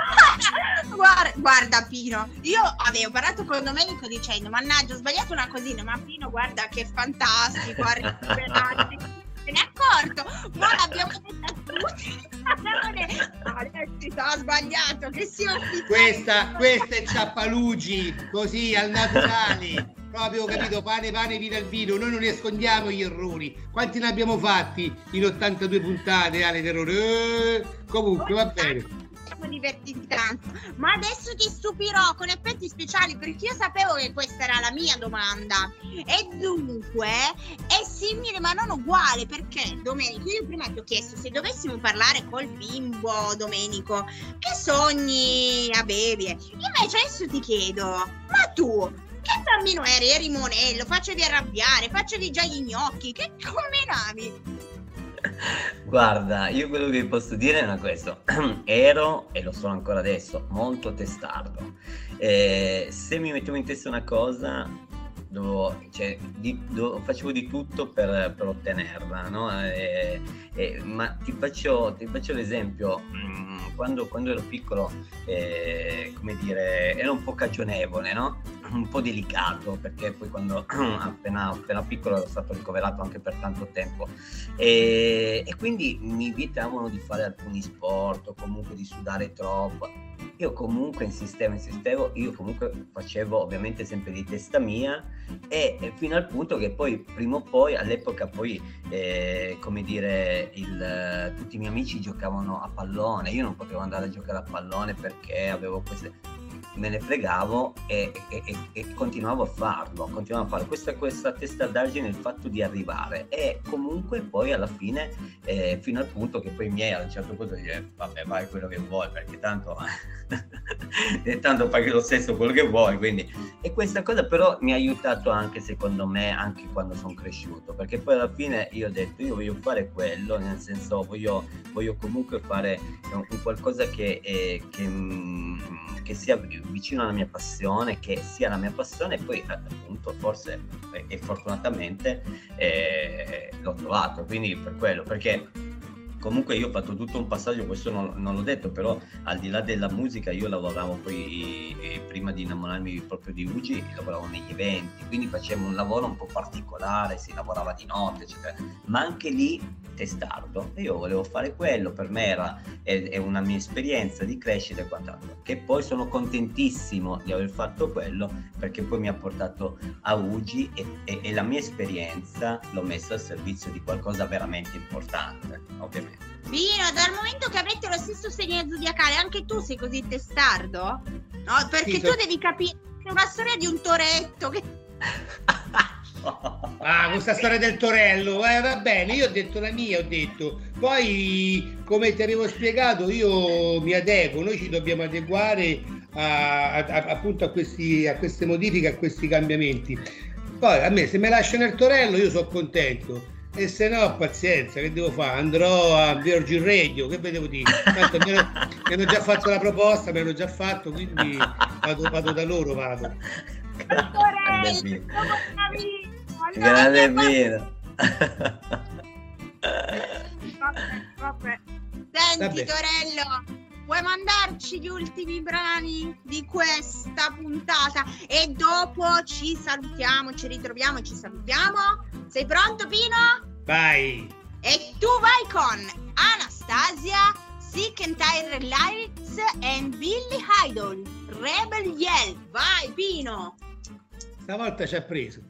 Guarda Pino, io avevo parlato con Domenico dicendo mannaggia ho sbagliato una cosina, ma Pino guarda che fantastico, se ne è accorto, ma l'abbiamo detta tutti. Alessi ha sbagliato, che sia questa è Ciappalugi, così al naturale, proprio, capito, pane vino al vino, noi non ne nascondiamo gli errori, quanti ne abbiamo fatti in 82 puntate, Ale Terrore, comunque va bene. Divertiti tanto, ma adesso ti stupirò con effetti speciali perché io sapevo che questa era la mia domanda e dunque è simile ma non uguale, perché Domenico, io prima ti ho chiesto se dovessimo parlare col bimbo, Domenico, che sogni avevi, invece adesso ti chiedo, ma tu che bambino eri? Eri monello, facevi arrabbiare, facevi già gli gnocchi, che combinavi? Guarda, io quello che vi posso dire è questo: ero, e lo sono ancora adesso, molto testardo. Se mi mettevo in testa una cosa, facevo di tutto per ottenerla, no? Ma ti faccio l'esempio. Quando ero piccolo, come dire, ero un po' cagionevole, no? Un po' delicato, perché poi quando appena piccolo ero stato ricoverato anche per tanto tempo e quindi mi vietavano di fare alcuni sport o comunque di sudare troppo. Io comunque insistevo, io comunque facevo ovviamente sempre di testa mia e fino al punto che poi prima o poi all'epoca poi come dire tutti i miei amici giocavano a pallone, io non potevo andare a giocare a pallone perché avevo me ne fregavo e continuavo a farlo, questa testardaggine, il fatto di arrivare e comunque poi alla fine fino al punto che poi i miei a un certo punto dicono vabbè vai quello che vuoi perché tanto fai lo stesso quello che vuoi, quindi e questa cosa però mi ha aiutato anche secondo me anche quando sono cresciuto, perché poi alla fine io ho detto io voglio fare quello, nel senso voglio comunque fare un qualcosa che sia vicino alla mia passione, che sia la mia passione e poi appunto forse e fortunatamente l'ho trovato, quindi per quello, perché comunque io ho fatto tutto un passaggio, questo non l'ho detto, però al di là della musica io lavoravo poi prima di innamorarmi proprio di Ugi, lavoravo negli eventi, quindi facevo un lavoro un po' particolare, si lavorava di notte eccetera, ma anche lì testardo e io volevo fare quello, per me è una mia esperienza di crescita e quant'altro, che poi sono contentissimo di aver fatto quello perché poi mi ha portato a Ugi e la mia esperienza l'ho messa al servizio di qualcosa veramente importante, ovviamente. Pino, dal momento che avete lo stesso segno zodiacale, anche tu sei così testardo? No, perché sì, tu devi capire, è una storia di un toretto che... questa storia del torello, va bene, io ho detto la mia, poi come ti avevo spiegato io mi adeguo, noi ci dobbiamo adeguare appunto a queste modifiche, a questi cambiamenti. Poi a me se mi lasciano il torello io sono contento e se no pazienza, che devo fare? Andrò a Virgin Radio, che vedevo dire? Tanto mi hanno già fatto la proposta, mi hanno già fatto, quindi vado da loro, vado. Grande Pino. Vabbè. Senti, Torello, puoi mandarci gli ultimi brani di questa puntata e dopo ci salutiamo, ci ritroviamo e ci salutiamo. Sei pronto, Pino? Vai! E tu vai con Anastasia, Sick and Tired Lights and Billy Idol, Rebel Yell. Vai, Pino! Stavolta ci ha preso.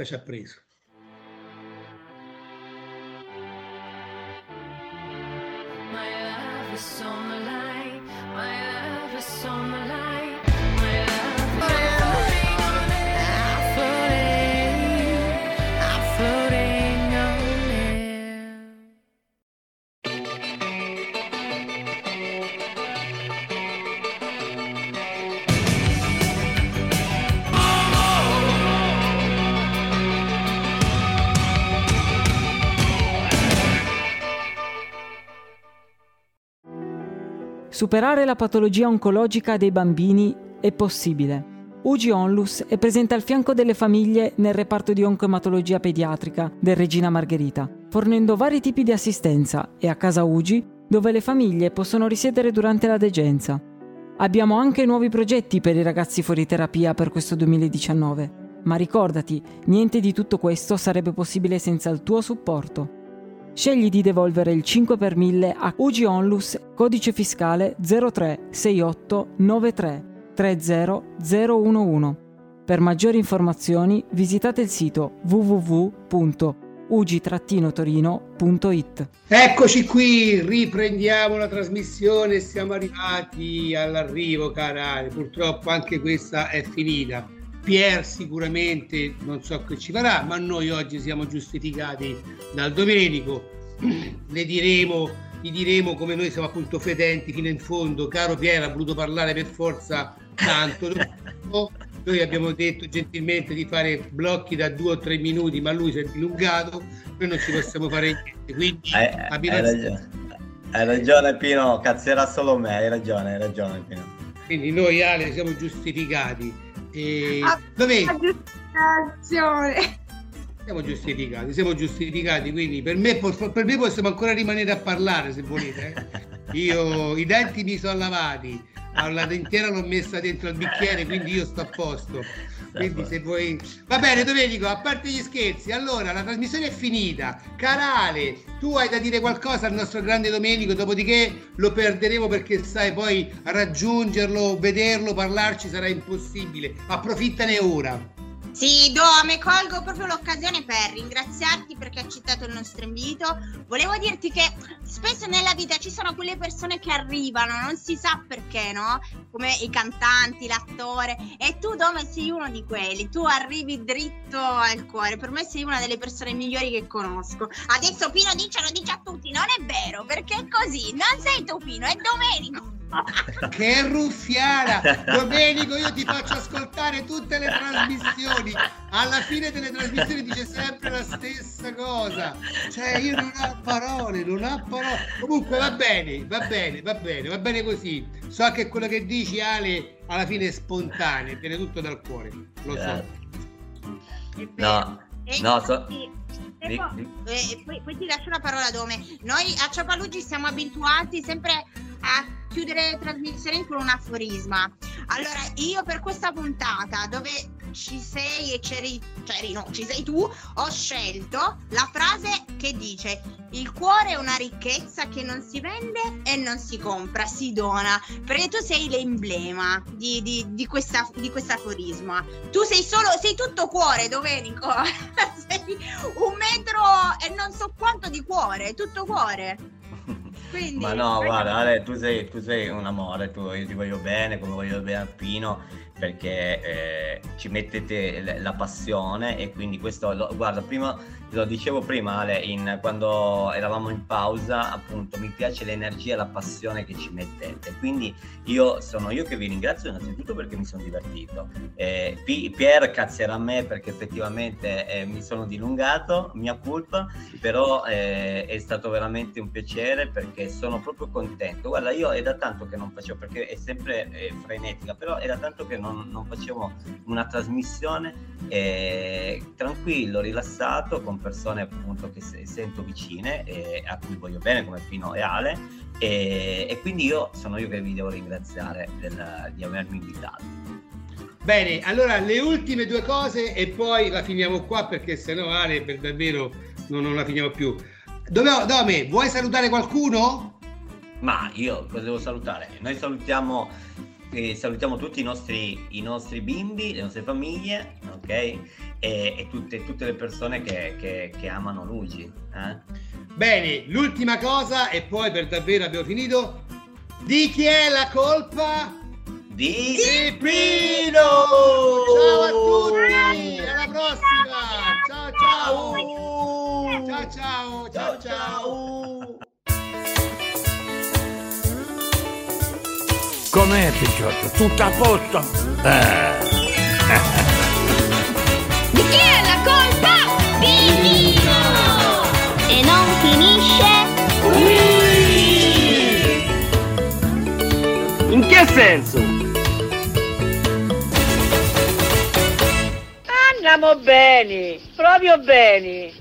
My love is on the line. My love is on the line. I'm floating on air. Superare la patologia oncologica dei bambini è possibile. UGI Onlus è presente al fianco delle famiglie nel reparto di oncoematologia pediatrica del Regina Margherita, fornendo vari tipi di assistenza e a casa UGI, dove le famiglie possono risiedere durante la degenza. Abbiamo anche nuovi progetti per i ragazzi fuori terapia per questo 2019, ma ricordati, niente di tutto questo sarebbe possibile senza il tuo supporto. Scegli di devolvere il 5 per 1000 a UGI Onlus, codice fiscale 036893 30011. Per maggiori informazioni visitate il sito www.ugi-torino.it. Eccoci qui, riprendiamo la trasmissione, siamo arrivati all'arrivo, cara. Purtroppo anche questa è finita. Pier sicuramente non so che ci farà, ma noi oggi siamo giustificati dal Domenico. Gli diremo come noi siamo appunto fedenti fino in fondo. Caro Pier, ha voluto parlare per forza tanto. Noi abbiamo detto gentilmente di fare blocchi da 2 o 3 minuti, ma lui si è dilungato, noi non ci possiamo fare niente. Quindi hai ragione Pino, cazzerà solo me, hai ragione Pino. Quindi noi, Ale, siamo giustificati. Siamo giustificati, quindi per me possiamo ancora rimanere a parlare se volete. Io i denti mi sono lavati, la dentiera l'ho messa dentro al bicchiere, quindi io sto a posto. Quindi se vuoi... Va bene Domenico, a parte gli scherzi, allora la trasmissione è finita. Carale, tu hai da dire qualcosa al nostro grande Domenico, dopodiché lo perderemo perché sai poi raggiungerlo, vederlo, parlarci sarà impossibile. Approfittane ora. Sì, me colgo proprio l'occasione per ringraziarti perché hai accettato il nostro invito. Volevo dirti che spesso nella vita ci sono quelle persone che arrivano, non si sa perché, no? Come i cantanti, l'attore, e tu Dome sei uno di quelli, tu arrivi dritto al cuore. Per me sei una delle persone migliori che conosco. Adesso Pino lo dice a tutti, non è vero, perché è così, non sei tu Pino, è Domenico. Che ruffiana! Domenico, io ti faccio ascoltare tutte le trasmissioni, alla fine delle trasmissioni dice sempre la stessa cosa, cioè io non ho parole. Comunque va bene così. So che quello che dici, Ale, alla fine è spontaneo, viene tutto dal cuore, lo so. Poi ti lascio la parola, Dome. Noi a Ciapaluggi siamo abituati sempre a chiudere le trasmissioni con un aforisma. Allora, io per questa puntata dove ci sei e ci sei tu, ho scelto la frase che dice: il cuore è una ricchezza che non si vende e non si compra, si dona. Perché tu sei l'emblema di questa aforisma. Tu sei tutto cuore, Domenico. Sei 1 metro e non so quanto di cuore, tutto cuore. Quindi, ma no, guarda Ale, tu sei un amore, io ti voglio bene come voglio bene a Pino, perché ci mettete la passione, e quindi questo guarda, prima lo dicevo prima Ale, quando eravamo in pausa, appunto mi piace l'energia e la passione che ci mettete, quindi sono io che vi ringrazio innanzitutto perché mi sono divertito. Pier cazzerà a me perché effettivamente mi sono dilungato, mia colpa, però è stato veramente un piacere perché sono proprio contento. Guarda, io è da tanto che non facevo, perché è sempre frenetica, però è da tanto che non non facevo una trasmissione tranquillo, rilassato, con persone appunto che sento vicine e a cui voglio bene, come Pino e Ale, e quindi sono io che vi devo ringraziare di avermi invitato. Bene, allora le ultime due cose e poi la finiamo qua, perché sennò Ale per davvero non la finiamo più. Dome, vuoi salutare qualcuno? Ma io cosa devo salutare? Noi salutiamo tutti i nostri bimbi, le nostre famiglie, ok? E tutte le persone che amano Luigi. Bene, l'ultima cosa e poi per davvero abbiamo finito. Di chi è la colpa? Di Pino! Ciao a tutti, alla prossima! Ciao! Com'è, Picciotto? Tutto a posto? Di chi è la colpa? Di Pino! E non finisce qui! In che senso? Andiamo bene, proprio bene.